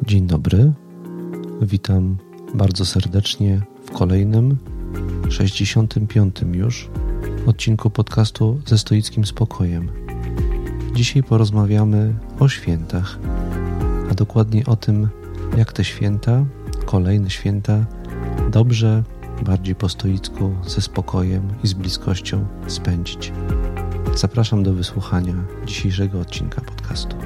Dzień dobry, witam bardzo serdecznie w kolejnym, 65. już odcinku podcastu Ze Stoickim Spokojem. Dzisiaj porozmawiamy o świętach, a dokładnie o tym, jak te święta, kolejne święta, dobrze, bardziej po stoicku, ze spokojem i z bliskością spędzić. Zapraszam do wysłuchania dzisiejszego odcinka podcastu.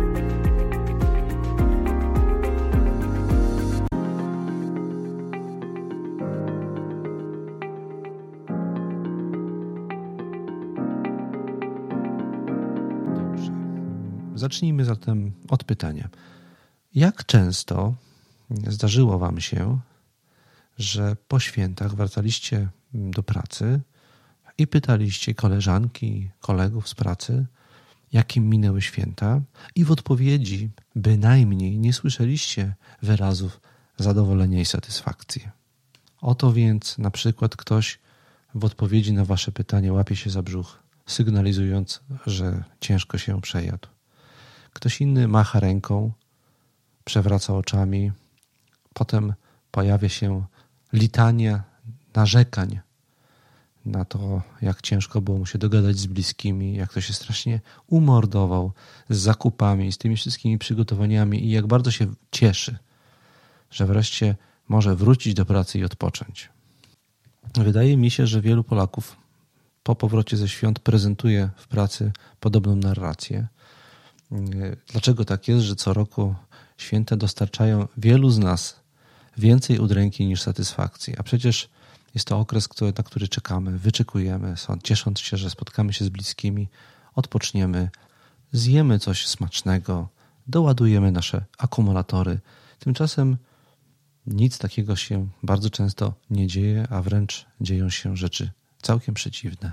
Zacznijmy zatem od pytania. Jak często zdarzyło Wam się, że po świętach wracaliście do pracy i pytaliście koleżanki, kolegów z pracy, jakim minęły święta, i w odpowiedzi bynajmniej nie słyszeliście wyrazów zadowolenia i satysfakcji? Oto więc na przykład ktoś w odpowiedzi na Wasze pytanie łapie się za brzuch, sygnalizując, że ciężko się przejadł. Ktoś inny macha ręką, przewraca oczami, potem pojawia się litania narzekań na to, jak ciężko było mu się dogadać z bliskimi, jak to się strasznie umordował z zakupami, z tymi wszystkimi przygotowaniami i jak bardzo się cieszy, że wreszcie może wrócić do pracy i odpocząć. Wydaje mi się, że wielu Polaków po powrocie ze świąt prezentuje w pracy podobną narrację. Dlaczego tak jest, że co roku święta dostarczają wielu z nas więcej udręki niż satysfakcji? A przecież jest to okres, na który czekamy, wyczekujemy, ciesząc się, że spotkamy się z bliskimi, odpoczniemy, zjemy coś smacznego, doładujemy nasze akumulatory. Tymczasem nic takiego się bardzo często nie dzieje, a wręcz dzieją się rzeczy całkiem przeciwne.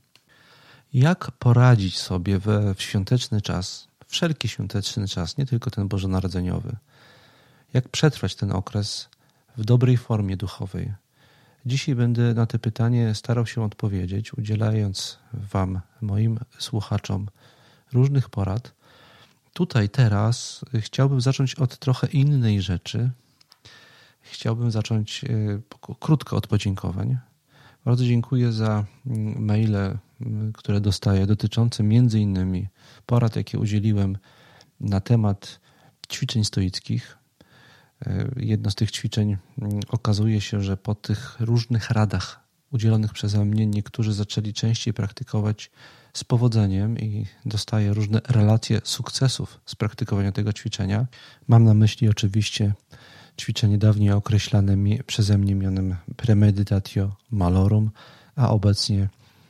Jak poradzić sobie w świąteczny czas, wszelki świąteczny czas, nie tylko ten bożonarodzeniowy? Jak przetrwać ten okres w dobrej formie duchowej? Dzisiaj będę na to pytanie starał się odpowiedzieć, udzielając Wam, moim słuchaczom, różnych porad. Tutaj, teraz chciałbym zacząć od trochę innej rzeczy. Chciałbym zacząć krótko od podziękowań. Bardzo dziękuję za maile, które dostaję, dotyczące między innymi porad, jakie udzieliłem na temat ćwiczeń stoickich. Jedno z tych ćwiczeń okazuje się, że po tych różnych radach udzielonych przeze mnie niektórzy zaczęli częściej praktykować z powodzeniem i dostaję różne relacje sukcesów z praktykowania tego ćwiczenia. Mam na myśli oczywiście ćwiczenie dawniej określane przeze mnie mianem premeditatio malorum, a obecnie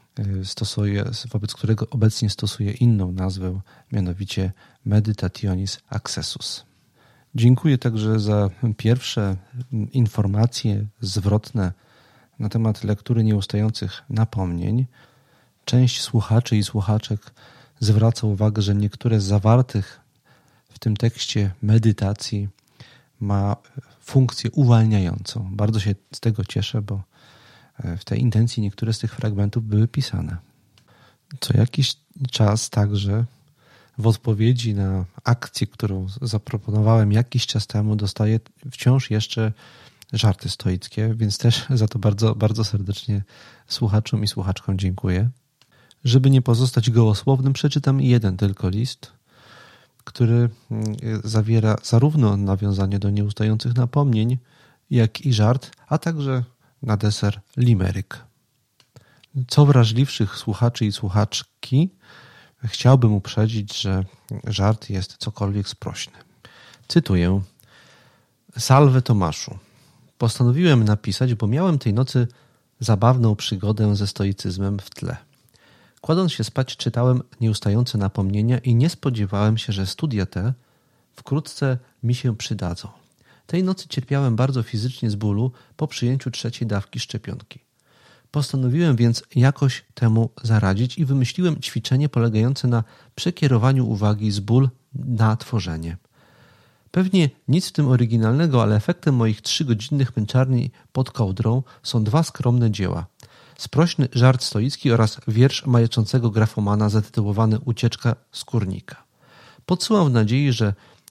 wobec którego obecnie stosuję inną nazwę, mianowicie meditationis accessus. Dziękuję także za pierwsze informacje zwrotne na temat lektury nieustających napomnień. Część słuchaczy i słuchaczek zwraca uwagę, że niektóre z zawartych w tym tekście medytacji ma funkcję uwalniającą. Bardzo się z tego cieszę, bo w tej intencji niektóre z tych fragmentów były pisane. Co jakiś czas także w odpowiedzi na akcję, którą zaproponowałem jakiś czas temu, dostaję wciąż jeszcze żarty stoickie, więc też za to bardzo, bardzo serdecznie słuchaczom i słuchaczkom dziękuję. Żeby nie pozostać gołosłownym, przeczytam jeden tylko list, który zawiera zarówno nawiązanie do nieustających napomnień, jak i żart, a także na deser limeryk. Co wrażliwszych słuchaczy i słuchaczki, chciałbym uprzedzić, że żart jest cokolwiek sprośny. Cytuję: Salve Tomaszu. Postanowiłem napisać, bo miałem tej nocy zabawną przygodę ze stoicyzmem w tle. Kładąc się spać, czytałem nieustające napomnienia i nie spodziewałem się, że studia te wkrótce mi się przydadzą. Tej nocy cierpiałem bardzo fizycznie z bólu po przyjęciu 3. dawki szczepionki. Postanowiłem więc jakoś temu zaradzić i wymyśliłem ćwiczenie polegające na przekierowaniu uwagi z ból na tworzenie. Pewnie nic w tym oryginalnego, ale efektem moich 3-godzinnych męczarni pod kołdrą są 2 skromne dzieła. Sprośny żart stoicki oraz wiersz majaczącego grafomana zatytułowany Ucieczka z kurnika. Podsyłam w nadziei, że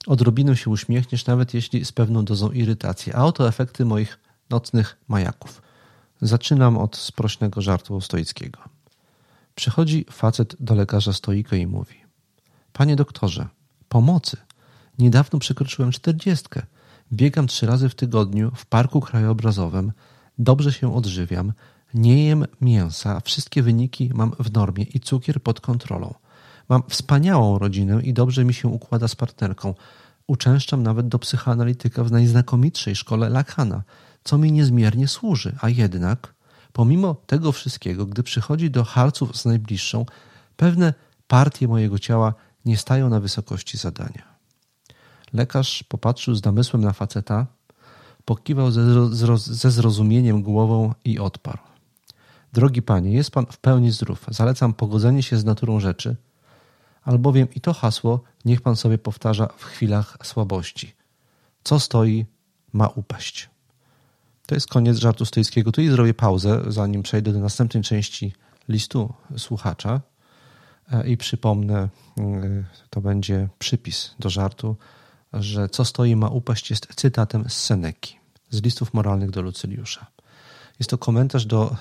odrobinę się uśmiechniesz, nawet jeśli z pewną dozą irytacji. A oto efekty moich nocnych majaków. Zaczynam od sprośnego żartu stoickiego. Przychodzi facet do lekarza stoika i mówi: Panie doktorze, pomocy. Niedawno przekroczyłem 40. Biegam 3 razy w tygodniu w parku krajobrazowym, dobrze się odżywiam, nie jem mięsa, wszystkie wyniki mam w normie i cukier pod kontrolą. Mam wspaniałą rodzinę i dobrze mi się układa z partnerką. Uczęszczam nawet do psychoanalityka w najznakomitszej szkole Lacana, co mi niezmiernie służy, a jednak, pomimo tego wszystkiego, gdy przychodzi do harców z najbliższą, pewne partie mojego ciała nie stają na wysokości zadania. Lekarz popatrzył z namysłem na faceta, pokiwał ze zrozumieniem głową i odparł. Drogi panie, jest pan w pełni zdrów. Zalecam pogodzenie się z naturą rzeczy, albowiem i to hasło niech pan sobie powtarza w chwilach słabości. Co stoi, ma upaść. To jest koniec żartu stoickiego. Tu zrobię pauzę, zanim przejdę do następnej części listu słuchacza i przypomnę, to będzie przypis do żartu, że co stoi, ma upaść jest cytatem z Seneki, z listów moralnych do Lucyliusza. Jest to komentarz do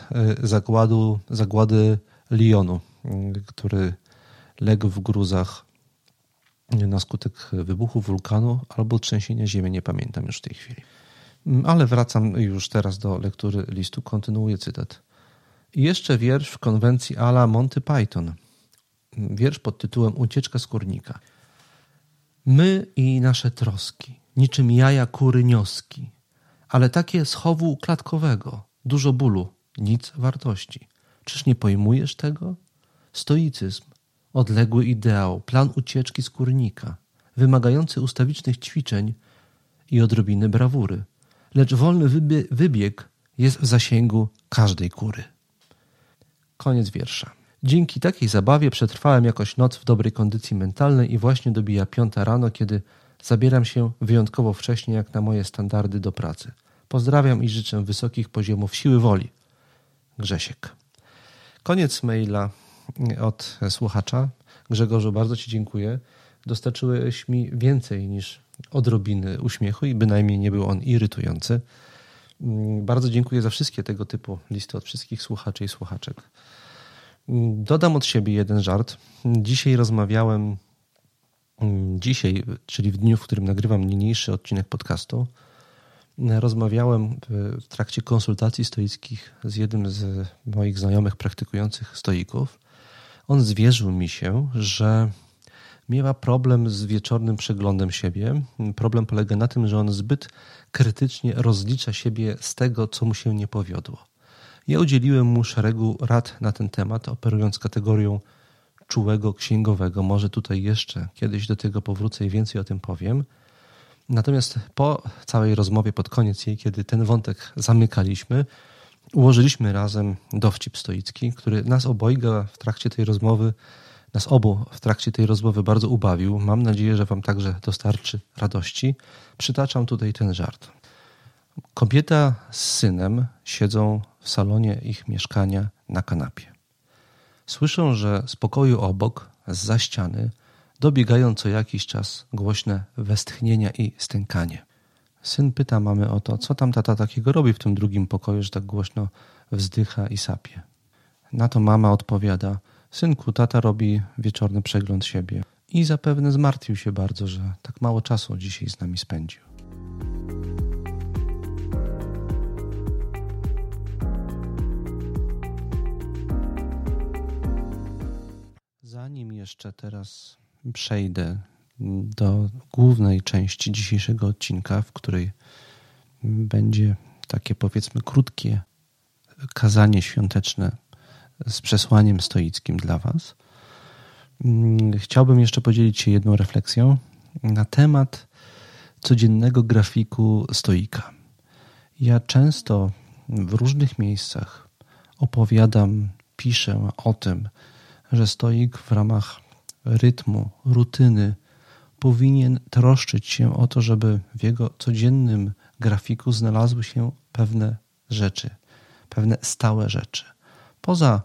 zagłady Lyonu, który legł w gruzach na skutek wybuchu wulkanu albo trzęsienia ziemi, nie pamiętam już w tej chwili. Ale wracam już teraz do lektury listu, kontynuuję cytat. I jeszcze wiersz w konwencji à la Monty Python. Wiersz pod tytułem Ucieczka skórnika. My i nasze troski, niczym jaja kury nioski, ale takie z chowu klatkowego, dużo bólu, nic wartości. Czyż nie pojmujesz tego? Stoicyzm, odległy ideał, plan ucieczki skórnika, wymagający ustawicznych ćwiczeń i odrobiny brawury, lecz wolny wybieg jest w zasięgu każdej kury. Koniec wiersza. Dzięki takiej zabawie przetrwałem jakoś noc w dobrej kondycji mentalnej i właśnie dobija 5 rano, kiedy zabieram się wyjątkowo wcześnie jak na moje standardy do pracy. Pozdrawiam i życzę wysokich poziomów siły woli. Grzesiek. Koniec maila od słuchacza. Grzegorzu, bardzo ci dziękuję. Dostarczyłeś mi więcej niż odrobiny uśmiechu i bynajmniej nie był on irytujący. Bardzo dziękuję za wszystkie tego typu listy od wszystkich słuchaczy i słuchaczek. Dodam od siebie jeden żart. Dzisiaj, czyli w dniu, w którym nagrywam niniejszy odcinek podcastu, rozmawiałem w trakcie konsultacji stoickich z jednym z moich znajomych praktykujących stoików. On zwierzył mi się, że miewa problem z wieczornym przeglądem siebie. Problem polega na tym, że on zbyt krytycznie rozlicza siebie z tego, co mu się nie powiodło. Ja udzieliłem mu szeregu rad na ten temat, operując kategorią czułego księgowego. Może tutaj jeszcze kiedyś do tego powrócę i więcej o tym powiem. Natomiast po całej rozmowie, pod koniec jej, kiedy ten wątek zamykaliśmy, ułożyliśmy razem dowcip stoicki, który nas obu w trakcie tej rozmowy bardzo ubawił. Mam nadzieję, że wam także dostarczy radości. Przytaczam tutaj ten żart. Kobieta z synem siedzą w salonie ich mieszkania na kanapie. Słyszą, że z pokoju obok, zza ściany, dobiegają co jakiś czas głośne westchnienia i stękanie. Syn pyta mamy o to, co tam tata takiego robi w tym drugim pokoju, że tak głośno wzdycha i sapie. Na to mama odpowiada: synku, tata robi wieczorny przegląd siebie. I zapewne zmartwił się bardzo, że tak mało czasu dzisiaj z nami spędził. Zanim jeszcze teraz przejdę do głównej części dzisiejszego odcinka, w której będzie takie, powiedzmy, krótkie kazanie świąteczne z przesłaniem stoickim dla was, chciałbym jeszcze podzielić się jedną refleksją na temat codziennego grafiku stoika. Ja często w różnych miejscach opowiadam, piszę o tym, że stoik w ramach rytmu, rutyny powinien troszczyć się o to, żeby w jego codziennym grafiku znalazły się pewne rzeczy, pewne stałe rzeczy. Poza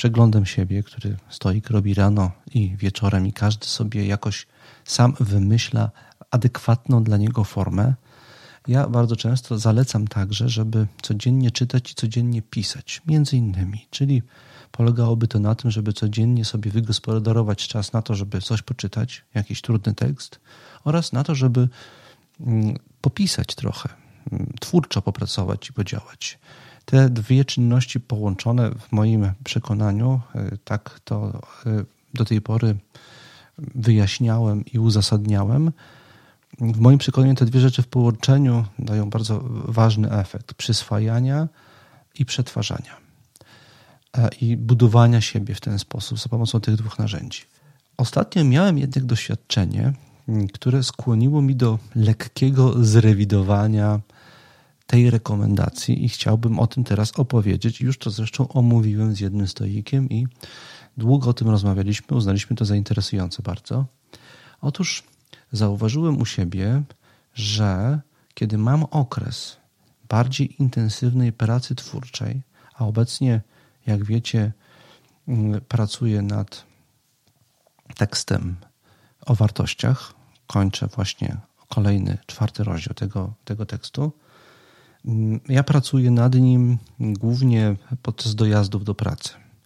przeglądem siebie, który stoik robi rano i wieczorem i każdy sobie jakoś sam wymyśla adekwatną dla niego formę, ja bardzo często zalecam także, żeby codziennie czytać i codziennie pisać, między innymi, czyli polegałoby to na tym, żeby codziennie sobie wygospodarować czas na to, żeby coś poczytać, jakiś trudny tekst oraz na to, żeby popisać trochę, twórczo popracować i podziałać. Te dwie czynności połączone w moim przekonaniu, tak to do tej pory wyjaśniałem i uzasadniałem, w moim przekonaniu te dwie rzeczy w połączeniu dają bardzo ważny efekt przyswajania i przetwarzania i budowania siebie w ten sposób za pomocą tych dwóch narzędzi. Ostatnio miałem jednak doświadczenie, które skłoniło mi do lekkiego zrewidowania tej rekomendacji i chciałbym o tym teraz opowiedzieć. Już to zresztą omówiłem z jednym stoikiem i długo o tym rozmawialiśmy, uznaliśmy to za interesujące bardzo. Otóż zauważyłem u siebie, że kiedy mam okres bardziej intensywnej pracy twórczej, a obecnie, jak wiecie, pracuję nad tekstem o wartościach, kończę właśnie kolejny 4. rozdział tego tekstu. Ja pracuję nad nim głównie podczas dojazdów do pracy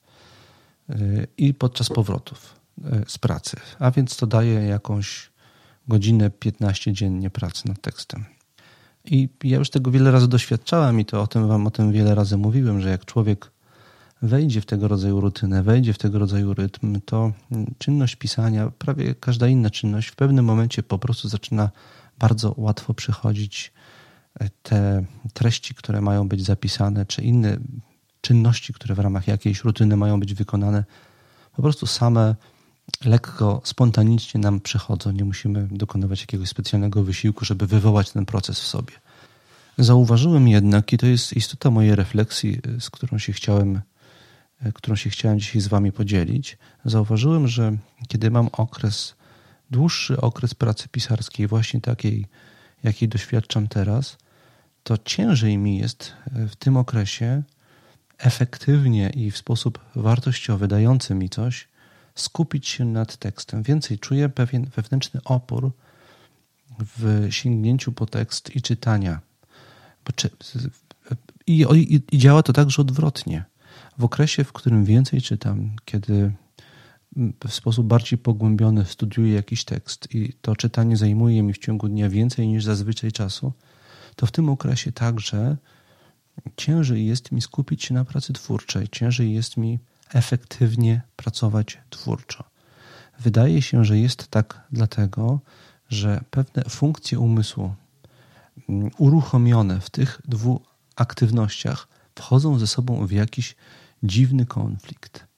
i podczas powrotów z pracy, a więc to daje jakąś godzinę 15 dziennie pracy nad tekstem. I ja już tego wiele razy doświadczałem i to wam o tym wiele razy mówiłem, że jak człowiek wejdzie w tego rodzaju rutynę, wejdzie w tego rodzaju rytm, to czynność pisania, prawie każda inna czynność w pewnym momencie po prostu zaczyna bardzo łatwo przychodzić. Te treści, które mają być zapisane, czy inne czynności, które w ramach jakiejś rutyny mają być wykonane, po prostu same lekko, spontanicznie nam przychodzą. Nie musimy dokonywać jakiegoś specjalnego wysiłku, żeby wywołać ten proces w sobie. Zauważyłem jednak, i to jest istota mojej refleksji, z którą się chciałem dzisiaj z wami podzielić, zauważyłem, że kiedy mam dłuższy okres pracy pisarskiej, właśnie takiej, jakiej doświadczam teraz, to ciężej mi jest w tym okresie efektywnie i w sposób wartościowy, dający mi coś, skupić się nad tekstem. Więcej czuję pewien wewnętrzny opór w sięgnięciu po tekst i czytania. I działa to także odwrotnie. W okresie, w którym więcej czytam, kiedy w sposób bardziej pogłębiony studiuję jakiś tekst i to czytanie zajmuje mi w ciągu dnia więcej niż zazwyczaj czasu, to w tym okresie także ciężej jest mi skupić się na pracy twórczej, ciężej jest mi efektywnie pracować twórczo. Wydaje się, że jest tak dlatego, że pewne funkcje umysłu uruchomione w tych dwóch aktywnościach wchodzą ze sobą w jakiś dziwny konflikt.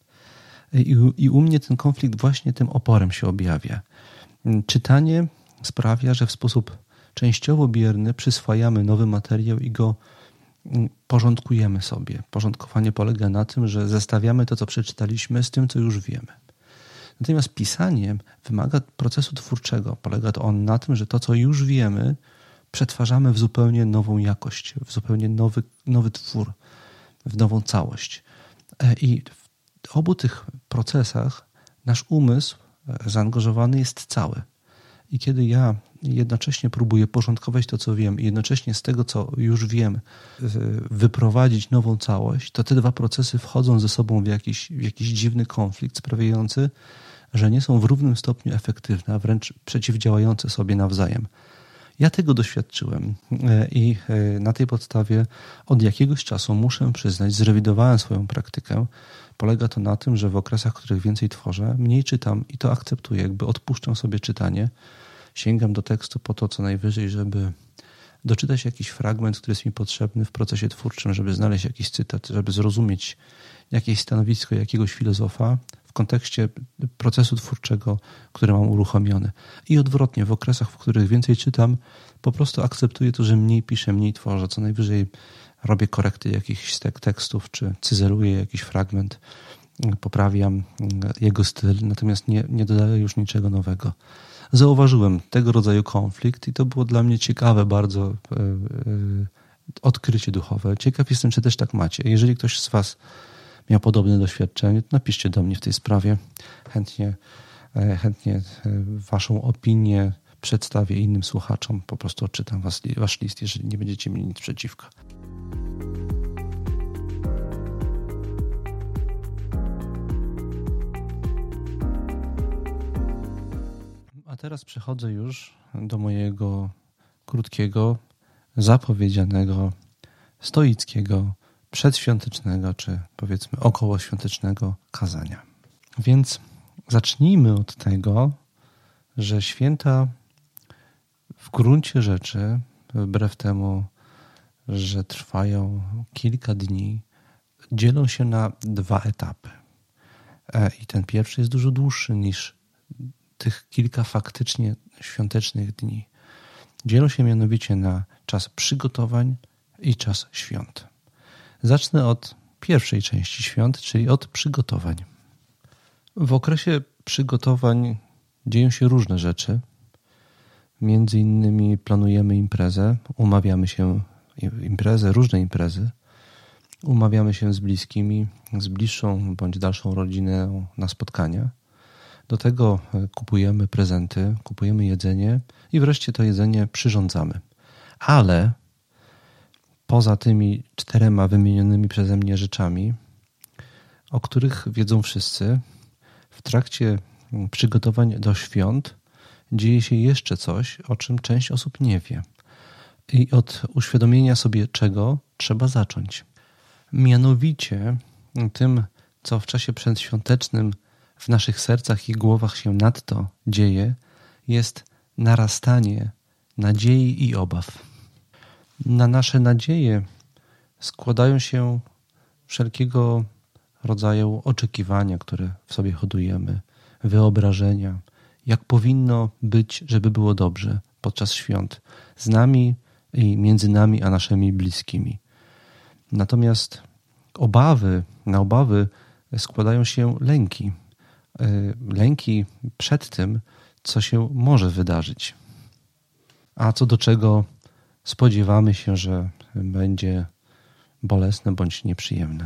I u mnie ten konflikt właśnie tym oporem się objawia. Czytanie sprawia, że w sposób częściowo bierny przyswajamy nowy materiał i go porządkujemy sobie. Porządkowanie polega na tym, że zestawiamy to, co przeczytaliśmy, z tym, co już wiemy. Natomiast pisanie wymaga procesu twórczego. Polega to on na tym, że to, co już wiemy, przetwarzamy w zupełnie nową jakość, w zupełnie nowy twór, w nową całość. I w obu tych procesach nasz umysł zaangażowany jest cały. I kiedy ja jednocześnie próbuję porządkować to, co wiem i jednocześnie z tego, co już wiem, wyprowadzić nową całość, to te dwa procesy wchodzą ze sobą w jakiś dziwny konflikt sprawiający, że nie są w równym stopniu efektywne, a wręcz przeciwdziałające sobie nawzajem. Ja tego doświadczyłem i na tej podstawie od jakiegoś czasu muszę przyznać, zrewidowałem swoją praktykę. Polega to na tym, że w okresach, w których więcej tworzę, mniej czytam i to akceptuję, jakby odpuszczam sobie czytanie. Sięgam do tekstu po to, co najwyżej, żeby doczytać jakiś fragment, który jest mi potrzebny w procesie twórczym, żeby znaleźć jakiś cytat, żeby zrozumieć jakieś stanowisko jakiegoś filozofa w kontekście procesu twórczego, który mam uruchomiony. I odwrotnie, w okresach, w których więcej czytam, po prostu akceptuję to, że mniej piszę, mniej tworzę, co najwyżej robię korekty jakichś tekstów, czy cyzeluję jakiś fragment, poprawiam jego styl, natomiast nie dodaję już niczego nowego. Zauważyłem tego rodzaju konflikt i to było dla mnie ciekawe bardzo odkrycie duchowe. Ciekaw jestem, czy też tak macie. Jeżeli ktoś z was miał podobne doświadczenie, to napiszcie do mnie w tej sprawie. Chętnie waszą opinię przedstawię innym słuchaczom. Po prostu odczytam wasz list, jeżeli nie będziecie mieli nic przeciwko. A teraz przechodzę już do mojego krótkiego, zapowiedzianego, stoickiego, przedświątecznego, czy powiedzmy okołoświątecznego kazania. Więc zacznijmy od tego, że święta w gruncie rzeczy, wbrew temu, że trwają kilka dni, dzielą się na 2 etapy. I ten pierwszy jest dużo dłuższy niż tych kilka faktycznie świątecznych dni. Dzielą się mianowicie na czas przygotowań i czas świąt. Zacznę od pierwszej części świąt, czyli od przygotowań. W okresie przygotowań dzieją się różne rzeczy. Między innymi planujemy imprezę, umawiamy się, różne imprezy. Umawiamy się z bliskimi, z bliższą bądź dalszą rodziną na spotkania. Do tego kupujemy prezenty, kupujemy jedzenie i wreszcie to jedzenie przyrządzamy. Ale poza tymi 4 wymienionymi przeze mnie rzeczami, o których wiedzą wszyscy, w trakcie przygotowań do świąt dzieje się jeszcze coś, o czym część osób nie wie. I od uświadomienia sobie czego trzeba zacząć. Mianowicie tym, co w czasie przedświątecznym w naszych sercach i głowach się nadto dzieje, jest narastanie nadziei i obaw. Na nasze nadzieje składają się wszelkiego rodzaju oczekiwania, które w sobie hodujemy, wyobrażenia, jak powinno być, żeby było dobrze podczas świąt z nami i między nami a naszymi bliskimi. Natomiast na obawy składają się lęki. Lęki przed tym, co się może wydarzyć, a co do czego spodziewamy się, że będzie bolesne bądź nieprzyjemne.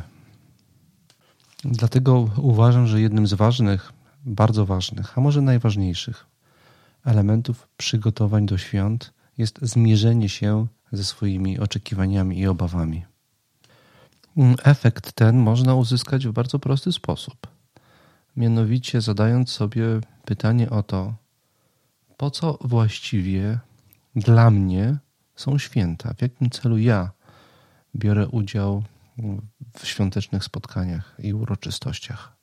Dlatego uważam, że jednym z ważnych, bardzo ważnych, a może najważniejszych elementów przygotowań do świąt jest zmierzenie się ze swoimi oczekiwaniami i obawami. Efekt ten można uzyskać w bardzo prosty sposób. Mianowicie zadając sobie pytanie o to, po co właściwie dla mnie są święta, w jakim celu ja biorę udział w świątecznych spotkaniach i uroczystościach.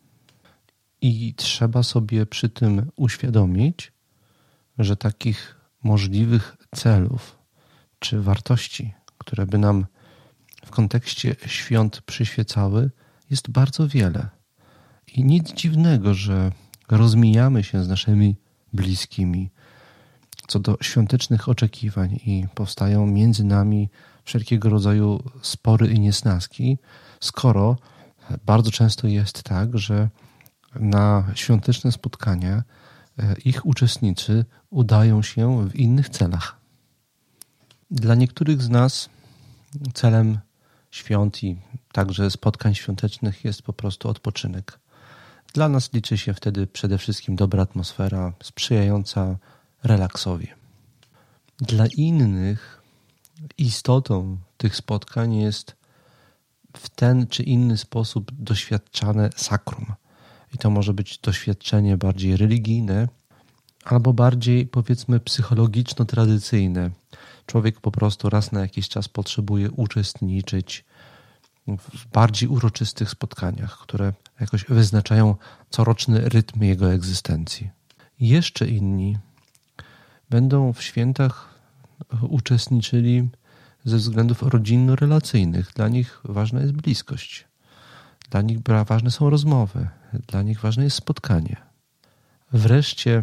I trzeba sobie przy tym uświadomić, że takich możliwych celów czy wartości, które by nam w kontekście świąt przyświecały, jest bardzo wiele. I nic dziwnego, że rozmijamy się z naszymi bliskimi co do świątecznych oczekiwań i powstają między nami wszelkiego rodzaju spory i niesnaski, skoro bardzo często jest tak, że na świąteczne spotkania ich uczestnicy udają się w innych celach. Dla niektórych z nas celem świąt i także spotkań świątecznych jest po prostu odpoczynek. Dla nas liczy się wtedy przede wszystkim dobra atmosfera sprzyjająca relaksowi. Dla innych istotą tych spotkań jest w ten czy inny sposób doświadczane sakrum. I to może być doświadczenie bardziej religijne albo bardziej, powiedzmy, psychologiczno-tradycyjne. Człowiek po prostu raz na jakiś czas potrzebuje uczestniczyć w bardziej uroczystych spotkaniach, które jakoś wyznaczają coroczny rytm jego egzystencji. Jeszcze inni będą w świętach uczestniczyli ze względów rodzinno-relacyjnych. Dla nich ważna jest bliskość. Dla nich ważne są rozmowy. Dla nich ważne jest spotkanie. Wreszcie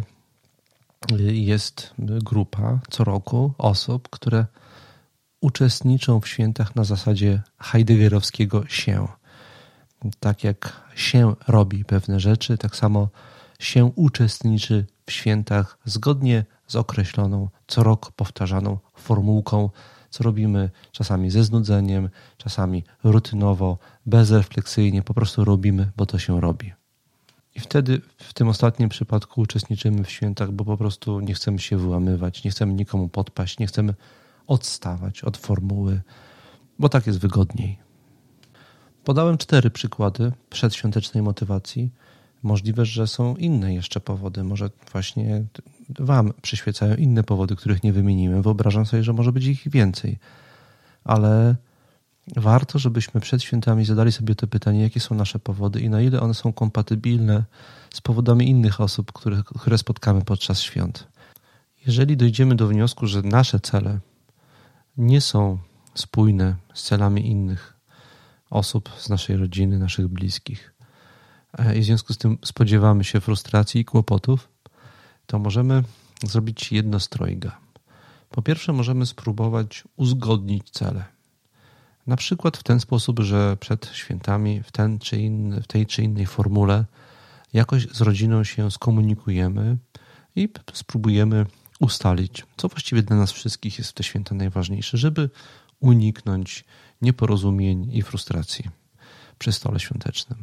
jest grupa co roku osób, które uczestniczą w świętach na zasadzie heideggerowskiego się. Tak jak się robi pewne rzeczy, tak samo się uczestniczy w świętach zgodnie z określoną, co rok powtarzaną formułką, co robimy czasami ze znudzeniem, czasami rutynowo, bezrefleksyjnie, po prostu robimy, bo to się robi. I wtedy w tym ostatnim przypadku uczestniczymy w świętach, bo po prostu nie chcemy się wyłamywać, nie chcemy nikomu podpaść, nie chcemy odstawać od formuły, bo tak jest wygodniej. Podałem 4 przykłady przedświątecznej motywacji. Możliwe, że są inne jeszcze powody. Może właśnie Wam przyświecają inne powody, których nie wymieniłem. Wyobrażam sobie, że może być ich więcej. Ale warto, żebyśmy przed świętami zadali sobie to pytanie, jakie są nasze powody i na ile one są kompatybilne z powodami innych osób, które spotkamy podczas świąt. Jeżeli dojdziemy do wniosku, że nasze cele nie są spójne z celami innych osób z naszej rodziny, naszych bliskich i w związku z tym spodziewamy się frustracji i kłopotów, to możemy zrobić jedno z trojga. Po pierwsze, możemy spróbować uzgodnić cele. Na przykład w ten sposób, że przed świętami w tej czy innej formule jakoś z rodziną się skomunikujemy i spróbujemy ustalić, co właściwie dla nas wszystkich jest w te święta najważniejsze, żeby uniknąć nieporozumień i frustracji przy stole świątecznym.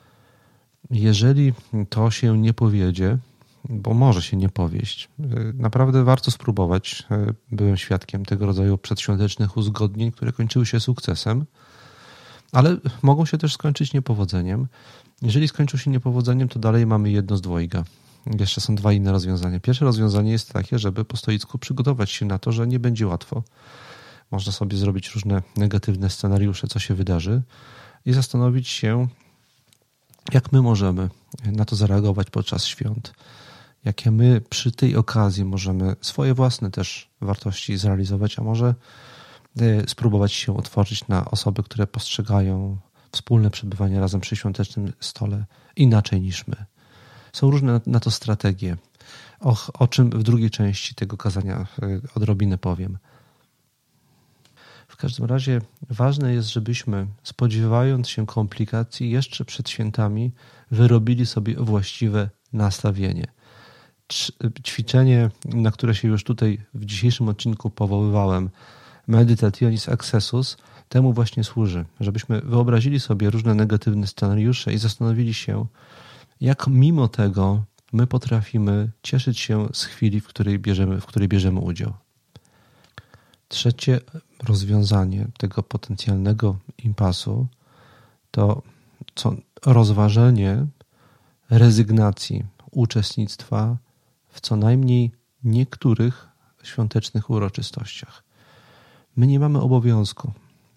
Jeżeli to się nie powiedzie, bo może się nie powieść, naprawdę warto spróbować. Byłem świadkiem tego rodzaju przedświątecznych uzgodnień, które kończyły się sukcesem, ale mogą się też skończyć niepowodzeniem. Jeżeli skończą się niepowodzeniem, to dalej mamy jedno z dwojga. Jeszcze są 2 inne rozwiązania. Pierwsze rozwiązanie jest takie, żeby po stoicku przygotować się na to, że nie będzie łatwo. Można sobie zrobić różne negatywne scenariusze, co się wydarzy i zastanowić się, jak my możemy na to zareagować podczas świąt. Jakie my przy tej okazji możemy swoje własne też wartości zrealizować, a może spróbować się otworzyć na osoby, które postrzegają wspólne przebywanie razem przy świątecznym stole inaczej niż my. Są różne na to strategie, o czym w drugiej części tego kazania odrobinę powiem. W każdym razie ważne jest, żebyśmy, spodziewając się komplikacji jeszcze przed świętami, wyrobili sobie właściwe nastawienie. Ćwiczenie, na które się już tutaj w dzisiejszym odcinku powoływałem, Meditationis Accessus, temu właśnie służy, żebyśmy wyobrazili sobie różne negatywne scenariusze i zastanowili się, jak mimo tego my potrafimy cieszyć się z chwili, w której bierzemy udział. Trzecie rozwiązanie tego potencjalnego impasu to rozważenie rezygnacji uczestnictwa w co najmniej niektórych świątecznych uroczystościach. My nie mamy obowiązku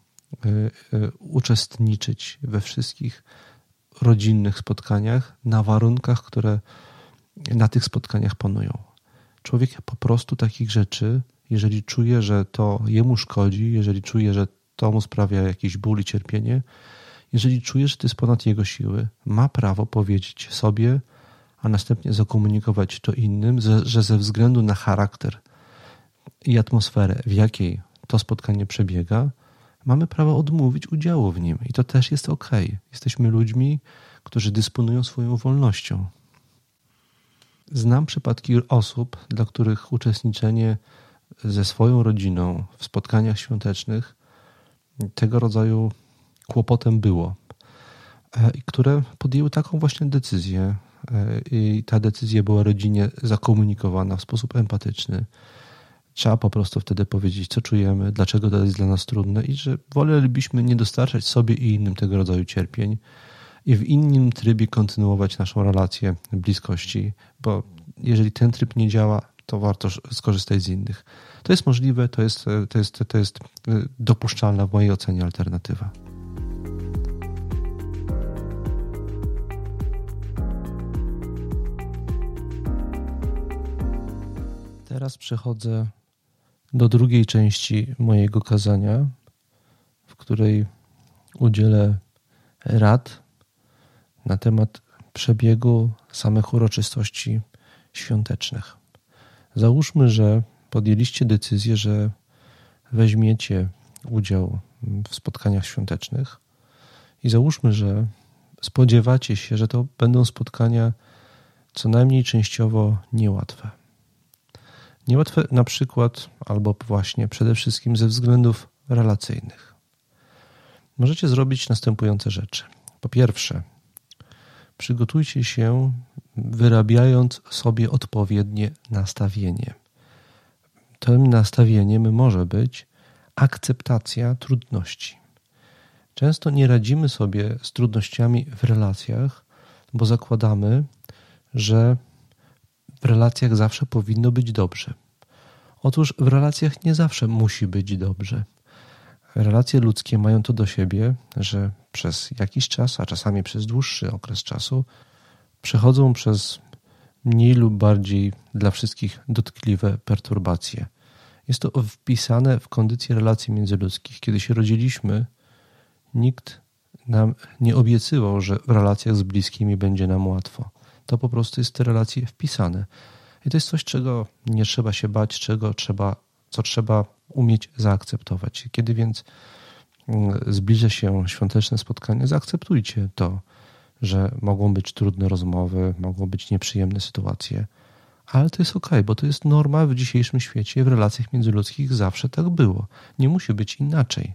uczestniczyć we wszystkich rodzinnych spotkaniach na warunkach, które na tych spotkaniach panują. Człowiek po prostu takich rzeczy, jeżeli czuje, że to jemu szkodzi, jeżeli czuje, że to mu sprawia jakiś ból i cierpienie, jeżeli czuje, że to jest ponad jego siły, ma prawo powiedzieć sobie, a następnie zakomunikować to innym, że ze względu na charakter i atmosferę, w jakiej to spotkanie przebiega, mamy prawo odmówić udziału w nim. I to też jest okej. Jesteśmy ludźmi, którzy dysponują swoją wolnością. Znam przypadki osób, dla których uczestniczenie ze swoją rodziną w spotkaniach świątecznych tego rodzaju kłopotem było i które podjęły taką właśnie decyzję i ta decyzja była rodzinie zakomunikowana w sposób empatyczny. Trzeba po prostu wtedy powiedzieć, co czujemy, dlaczego to jest dla nas trudne i że wolelibyśmy nie dostarczać sobie i innym tego rodzaju cierpień i w innym trybie kontynuować naszą relację bliskości, bo jeżeli ten tryb nie działa, to warto skorzystać z innych. To jest możliwe, to jest dopuszczalna w mojej ocenie alternatywa. Teraz przechodzę do drugiej części mojego kazania, w której udzielę rad na temat przebiegu samych uroczystości świątecznych. Załóżmy, że podjęliście decyzję, że weźmiecie udział w spotkaniach świątecznych i załóżmy, że spodziewacie się, że to będą spotkania co najmniej częściowo niełatwe. Niełatwe na przykład, albo właśnie przede wszystkim ze względów relacyjnych. Możecie zrobić następujące rzeczy. Po pierwsze, przygotujcie się, wyrabiając sobie odpowiednie nastawienie. Tym nastawieniem może być akceptacja trudności. Często nie radzimy sobie z trudnościami w relacjach, bo zakładamy, że w relacjach zawsze powinno być dobrze. Otóż w relacjach nie zawsze musi być dobrze. Relacje ludzkie mają to do siebie, że przez jakiś czas, a czasami przez dłuższy okres czasu, przechodzą przez mniej lub bardziej dla wszystkich dotkliwe perturbacje. Jest to wpisane w kondycję relacji międzyludzkich. Kiedy się rodziliśmy, nikt nam nie obiecywał, że w relacjach z bliskimi będzie nam łatwo. To po prostu jest w te relacje wpisane. I to jest coś, czego nie trzeba się bać, co trzeba umieć zaakceptować. Kiedy więc zbliża się świąteczne spotkanie, zaakceptujcie to, że mogą być trudne rozmowy, mogą być nieprzyjemne sytuacje, ale to jest okej, bo to jest norma w dzisiejszym świecie, w relacjach międzyludzkich zawsze tak było. Nie musi być inaczej.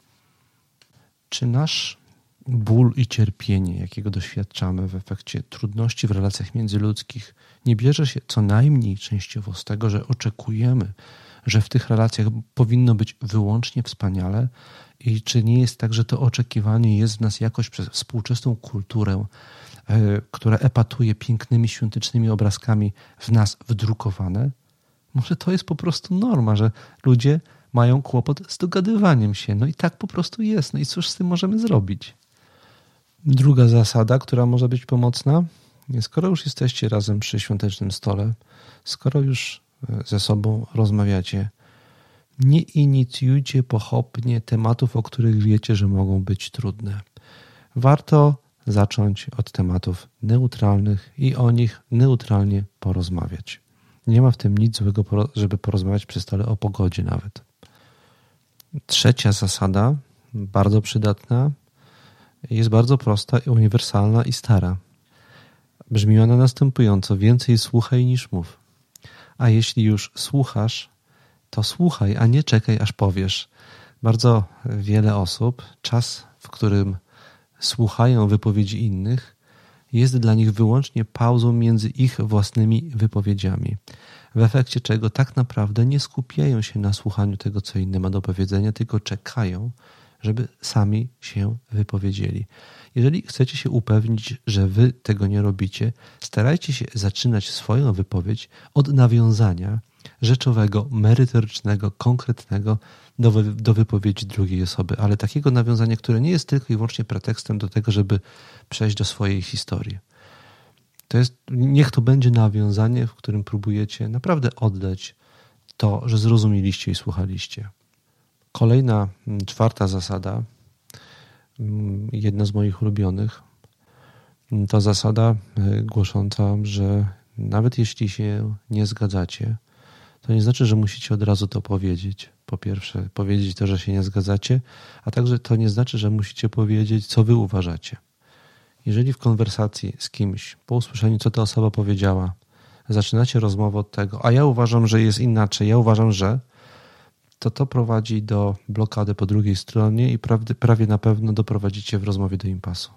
Czy nasz ból i cierpienie, jakiego doświadczamy w efekcie trudności w relacjach międzyludzkich, nie bierze się co najmniej częściowo z tego, że oczekujemy, że w tych relacjach powinno być wyłącznie wspaniale i czy nie jest tak, że to oczekiwanie jest w nas jakoś przez współczesną kulturę, która epatuje pięknymi, świątecznymi obrazkami w nas wdrukowane? Może to jest po prostu norma, że ludzie mają kłopot z dogadywaniem się. No i tak po prostu jest. No i cóż z tym możemy zrobić? Druga zasada, która może być pomocna, skoro już jesteście razem przy świątecznym stole, skoro już ze sobą rozmawiacie, nie inicjujcie pochopnie tematów, o których wiecie, że mogą być trudne. Warto zacząć od tematów neutralnych i o nich neutralnie porozmawiać. Nie ma w tym nic złego, żeby porozmawiać przy stole o pogodzie nawet. Trzecia zasada, bardzo przydatna, jest bardzo prosta i uniwersalna i stara. Brzmi ona następująco: więcej słuchaj niż mów. A jeśli już słuchasz, to słuchaj, a nie czekaj, aż powiesz. Bardzo wiele osób, czas, w którym słuchają wypowiedzi innych, jest dla nich wyłącznie pauzą między ich własnymi wypowiedziami. W efekcie czego tak naprawdę nie skupiają się na słuchaniu tego, co inny ma do powiedzenia, tylko czekają, żeby sami się wypowiedzieli. Jeżeli chcecie się upewnić, że wy tego nie robicie, starajcie się zaczynać swoją wypowiedź od nawiązania rzeczowego, merytorycznego, konkretnego do wypowiedzi drugiej osoby, ale takiego nawiązania, które nie jest tylko i wyłącznie pretekstem do tego, żeby przejść do swojej historii. Niech to będzie nawiązanie, w którym próbujecie naprawdę oddać to, że zrozumieliście i słuchaliście. Kolejna, czwarta zasada, jedna z moich ulubionych, to zasada głosząca, że nawet jeśli się nie zgadzacie, to nie znaczy, że musicie od razu to powiedzieć. Po pierwsze, powiedzieć to, że się nie zgadzacie, a także to nie znaczy, że musicie powiedzieć, co wy uważacie. Jeżeli w konwersacji z kimś, po usłyszeniu, co ta osoba powiedziała, zaczynacie rozmowę od tego, a ja uważam, że jest inaczej, ja uważam, że, to prowadzi do blokady po drugiej stronie i prawie na pewno doprowadzicie w rozmowie do impasu.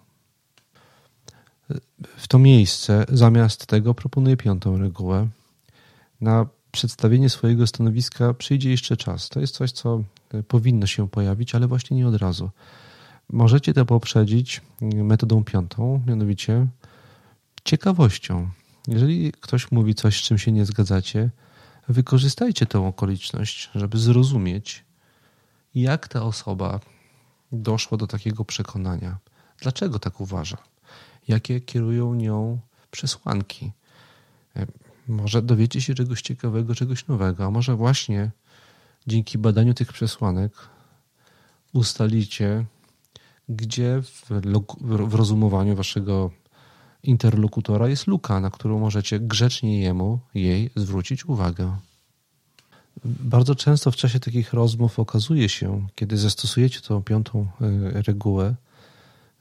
W to miejsce, zamiast tego, proponuję piątą regułę. Na przedstawienie swojego stanowiska przyjdzie jeszcze czas. To jest coś, co powinno się pojawić, ale właśnie nie od razu. Możecie to poprzedzić metodą piątą, mianowicie ciekawością. Jeżeli ktoś mówi coś, z czym się nie zgadzacie, wykorzystajcie tę okoliczność, żeby zrozumieć, jak ta osoba doszła do takiego przekonania. Dlaczego tak uważa? Jakie kierują nią przesłanki? Może dowiecie się czegoś ciekawego, czegoś nowego, a może właśnie dzięki badaniu tych przesłanek ustalicie, gdzie w rozumowaniu waszego interlokutora jest luka, na którą możecie grzecznie jej zwrócić uwagę. Bardzo często w czasie takich rozmów okazuje się, kiedy zastosujecie tą piątą regułę,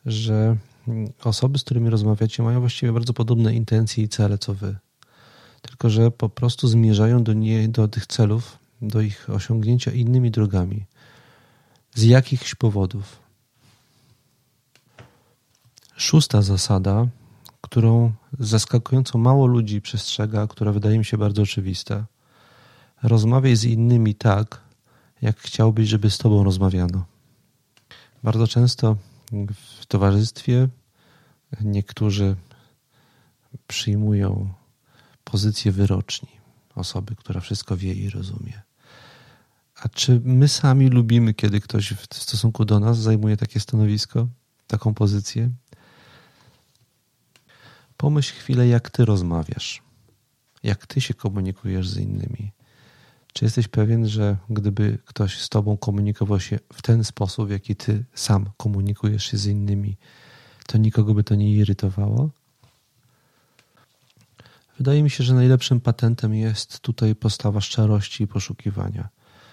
że osoby, z którymi rozmawiacie, mają właściwie bardzo podobne intencje i cele co wy. tylko że po prostu zmierzają do tych celów, do ich osiągnięcia innymi drogami. Z jakichś powodów. 6. zasada, którą zaskakująco mało ludzi przestrzega, która wydaje mi się bardzo oczywista. Rozmawiaj z innymi tak, jak chciałbyś, żeby z tobą rozmawiano. Bardzo często w towarzystwie niektórzy przyjmują pozycję wyroczni, osoby, która wszystko wie i rozumie. A czy my sami lubimy, kiedy ktoś w stosunku do nas zajmuje takie stanowisko, taką pozycję? Pomyśl chwilę, jak ty rozmawiasz, jak ty się komunikujesz z innymi. Czy jesteś pewien, że gdyby ktoś z tobą komunikował się w ten sposób, w jaki ty sam komunikujesz się z innymi, to nikogo by to nie irytowało? Wydaje mi się, że najlepszym patentem jest tutaj postawa szczerości i poszukiwania.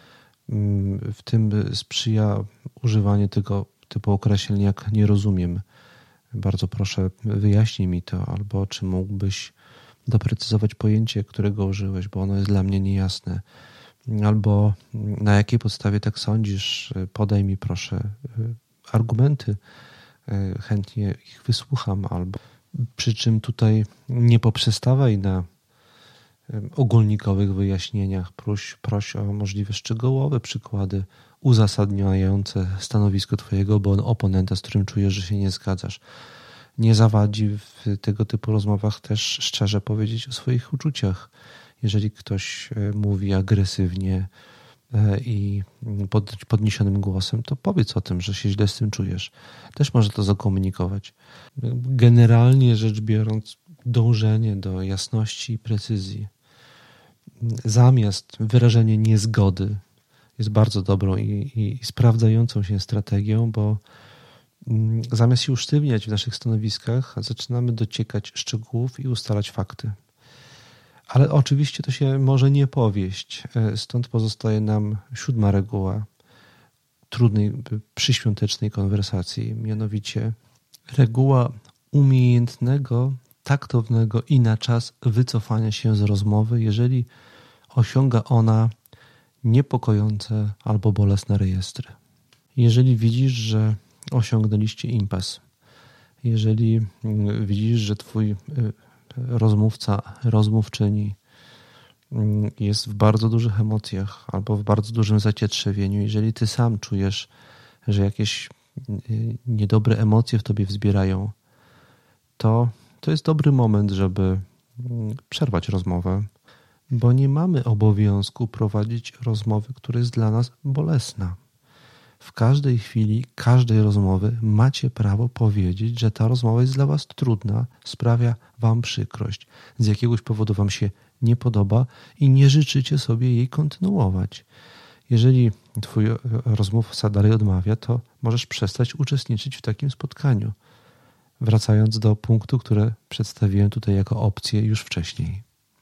W tym sprzyja używanie tego typu określeń jak nie rozumiem. Bardzo proszę, wyjaśnij mi to, albo czy mógłbyś doprecyzować pojęcie, którego użyłeś, bo ono jest dla mnie niejasne. Albo na jakiej podstawie tak sądzisz, podaj mi proszę argumenty, chętnie ich wysłucham, albo przy czym tutaj nie poprzestawaj na ogólnikowych wyjaśnieniach, proś o możliwie szczegółowe przykłady uzasadniające stanowisko twojego oponenta, z którym czujesz, że się nie zgadzasz. Nie zawadzi w tego typu rozmowach też szczerze powiedzieć o swoich uczuciach. Jeżeli ktoś mówi agresywnie i podniesionym głosem, to powiedz o tym, że się źle z tym czujesz. Też może to zakomunikować. Generalnie rzecz biorąc, dążenie do jasności i precyzji zamiast wyrażenia niezgody jest bardzo dobrą i sprawdzającą się strategią, bo zamiast się usztywniać w naszych stanowiskach, zaczynamy dociekać szczegółów i ustalać fakty. Ale oczywiście to się może nie powieść. Stąd pozostaje nam 7. reguła trudnej przyświątecznej konwersacji, mianowicie reguła umiejętnego, taktownego i na czas wycofania się z rozmowy, jeżeli osiąga ona niepokojące albo bolesne rejestry. Jeżeli widzisz, że osiągnęliście impas, jeżeli widzisz, że twój rozmówca, rozmówczyni jest w bardzo dużych emocjach albo w bardzo dużym zacietrzewieniu, jeżeli ty sam czujesz, że jakieś niedobre emocje w tobie wzbierają, to jest dobry moment, żeby przerwać rozmowę, bo nie mamy obowiązku prowadzić rozmowy, która jest dla nas bolesna. W każdej chwili, każdej rozmowy macie prawo powiedzieć, że ta rozmowa jest dla was trudna, sprawia wam przykrość, z jakiegoś powodu wam się nie podoba i nie życzycie sobie jej kontynuować. Jeżeli twój rozmówca dalej odmawia, to możesz przestać uczestniczyć w takim spotkaniu. Wracając do punktu, który przedstawiłem tutaj jako opcję już wcześniej.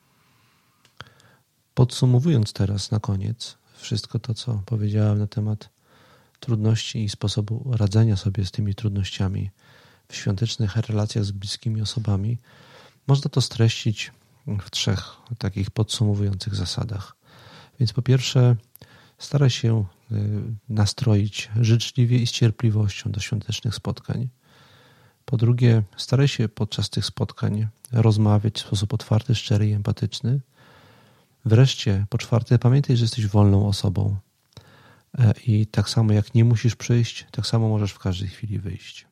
Podsumowując teraz na koniec wszystko to, co powiedziałem na temat trudności i sposobu radzenia sobie z tymi trudnościami w świątecznych relacjach z bliskimi osobami, można to streścić w 3 takich podsumowujących zasadach. Więc po pierwsze, staraj się nastroić życzliwie i z cierpliwością do świątecznych spotkań. Po drugie, staraj się podczas tych spotkań rozmawiać w sposób otwarty, szczery i empatyczny. Wreszcie, po czwarte, pamiętaj, że jesteś wolną osobą i tak samo jak nie musisz przyjść, tak samo możesz w każdej chwili wyjść.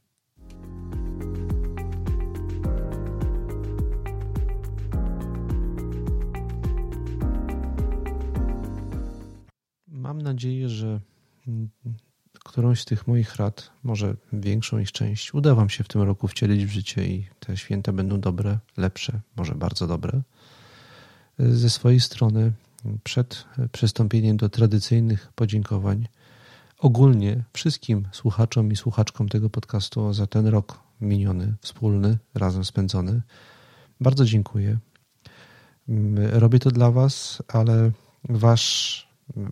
Mam nadzieję, że którąś z tych moich rad, może większą ich część, uda wam się w tym roku wcielić w życie i te święta będą dobre, lepsze, może bardzo dobre. Ze swojej strony, przed przystąpieniem do tradycyjnych podziękowań, ogólnie wszystkim słuchaczom i słuchaczkom tego podcastu za ten rok miniony, wspólny, razem spędzony, bardzo dziękuję. Robię to dla was, ale wasz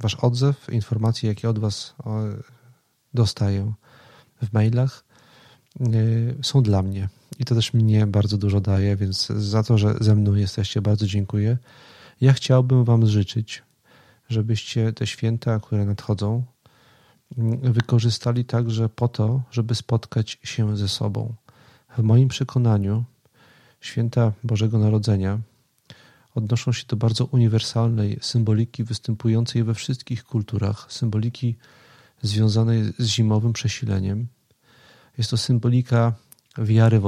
odzew, informacje, jakie od was dostaję w mailach, są dla mnie. I to też mnie bardzo dużo daje, więc za to, że ze mną jesteście, bardzo dziękuję. Ja chciałbym wam życzyć, żebyście te święta, które nadchodzą, wykorzystali także po to, żeby spotkać się ze sobą. W moim przekonaniu święta Bożego Narodzenia odnoszą się do bardzo uniwersalnej symboliki występującej we wszystkich kulturach, symboliki związanej z zimowym przesileniem. Jest to symbolika wiary w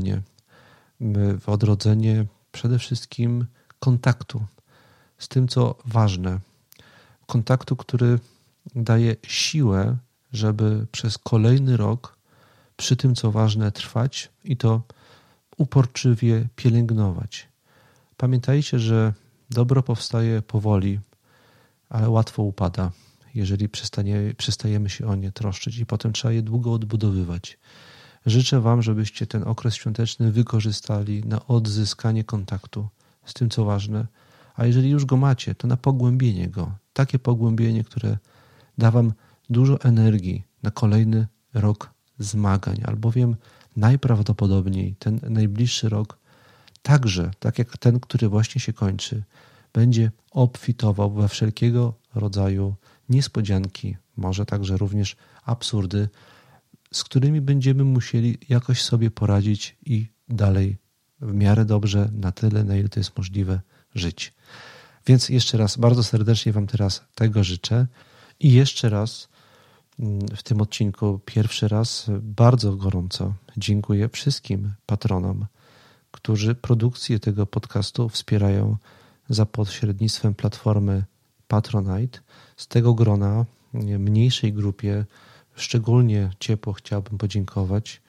odrodzenie przede wszystkim kontaktu z tym, co ważne. Kontaktu, który daje siłę, żeby przez kolejny rok przy tym, co ważne, trwać i to uporczywie pielęgnować. Pamiętajcie, że dobro powstaje powoli, ale łatwo upada, jeżeli przestajemy się o nie troszczyć i potem trzeba je długo odbudowywać. Życzę wam, żebyście ten okres świąteczny wykorzystali na odzyskanie kontaktu z tym, co ważne, a jeżeli już go macie, to na pogłębienie go. Takie pogłębienie, które da wam dużo energii na kolejny rok zmagań, albowiem najprawdopodobniej ten najbliższy rok także, tak jak ten, który właśnie się kończy, będzie obfitował we wszelkiego rodzaju niespodzianki, może także również absurdy, z którymi będziemy musieli jakoś sobie poradzić i dalej w miarę dobrze, na tyle, na ile to jest możliwe, żyć. Więc jeszcze raz bardzo serdecznie wam teraz tego życzę i jeszcze raz w tym odcinku pierwszy raz bardzo gorąco dziękuję wszystkim patronom, którzy produkcję tego podcastu wspierają za pośrednictwem platformy Patronite. Z tego grona mniejszej grupie szczególnie ciepło chciałbym podziękować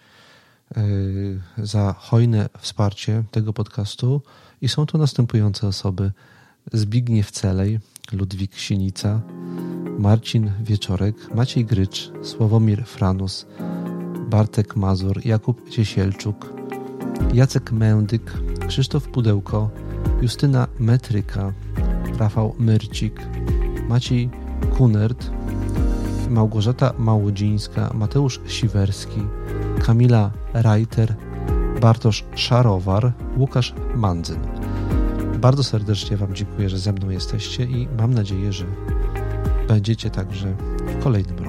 za hojne wsparcie tego podcastu i są to następujące osoby: Zbigniew Celej, Ludwik Sinica, Marcin Wieczorek, Maciej Grycz, Sławomir Franus, Bartek Mazur, Jakub Ciesielczuk, Jacek Mędyk, Krzysztof Pudełko, Justyna Metryka, Rafał Myrcik, Maciej Kunert, Małgorzata Małodzińska, Mateusz Siwerski, Kamila Reiter, Bartosz Szarowar, Łukasz Mandzyn. Bardzo serdecznie wam dziękuję, że ze mną jesteście i mam nadzieję, że będziecie także w kolejnym roku.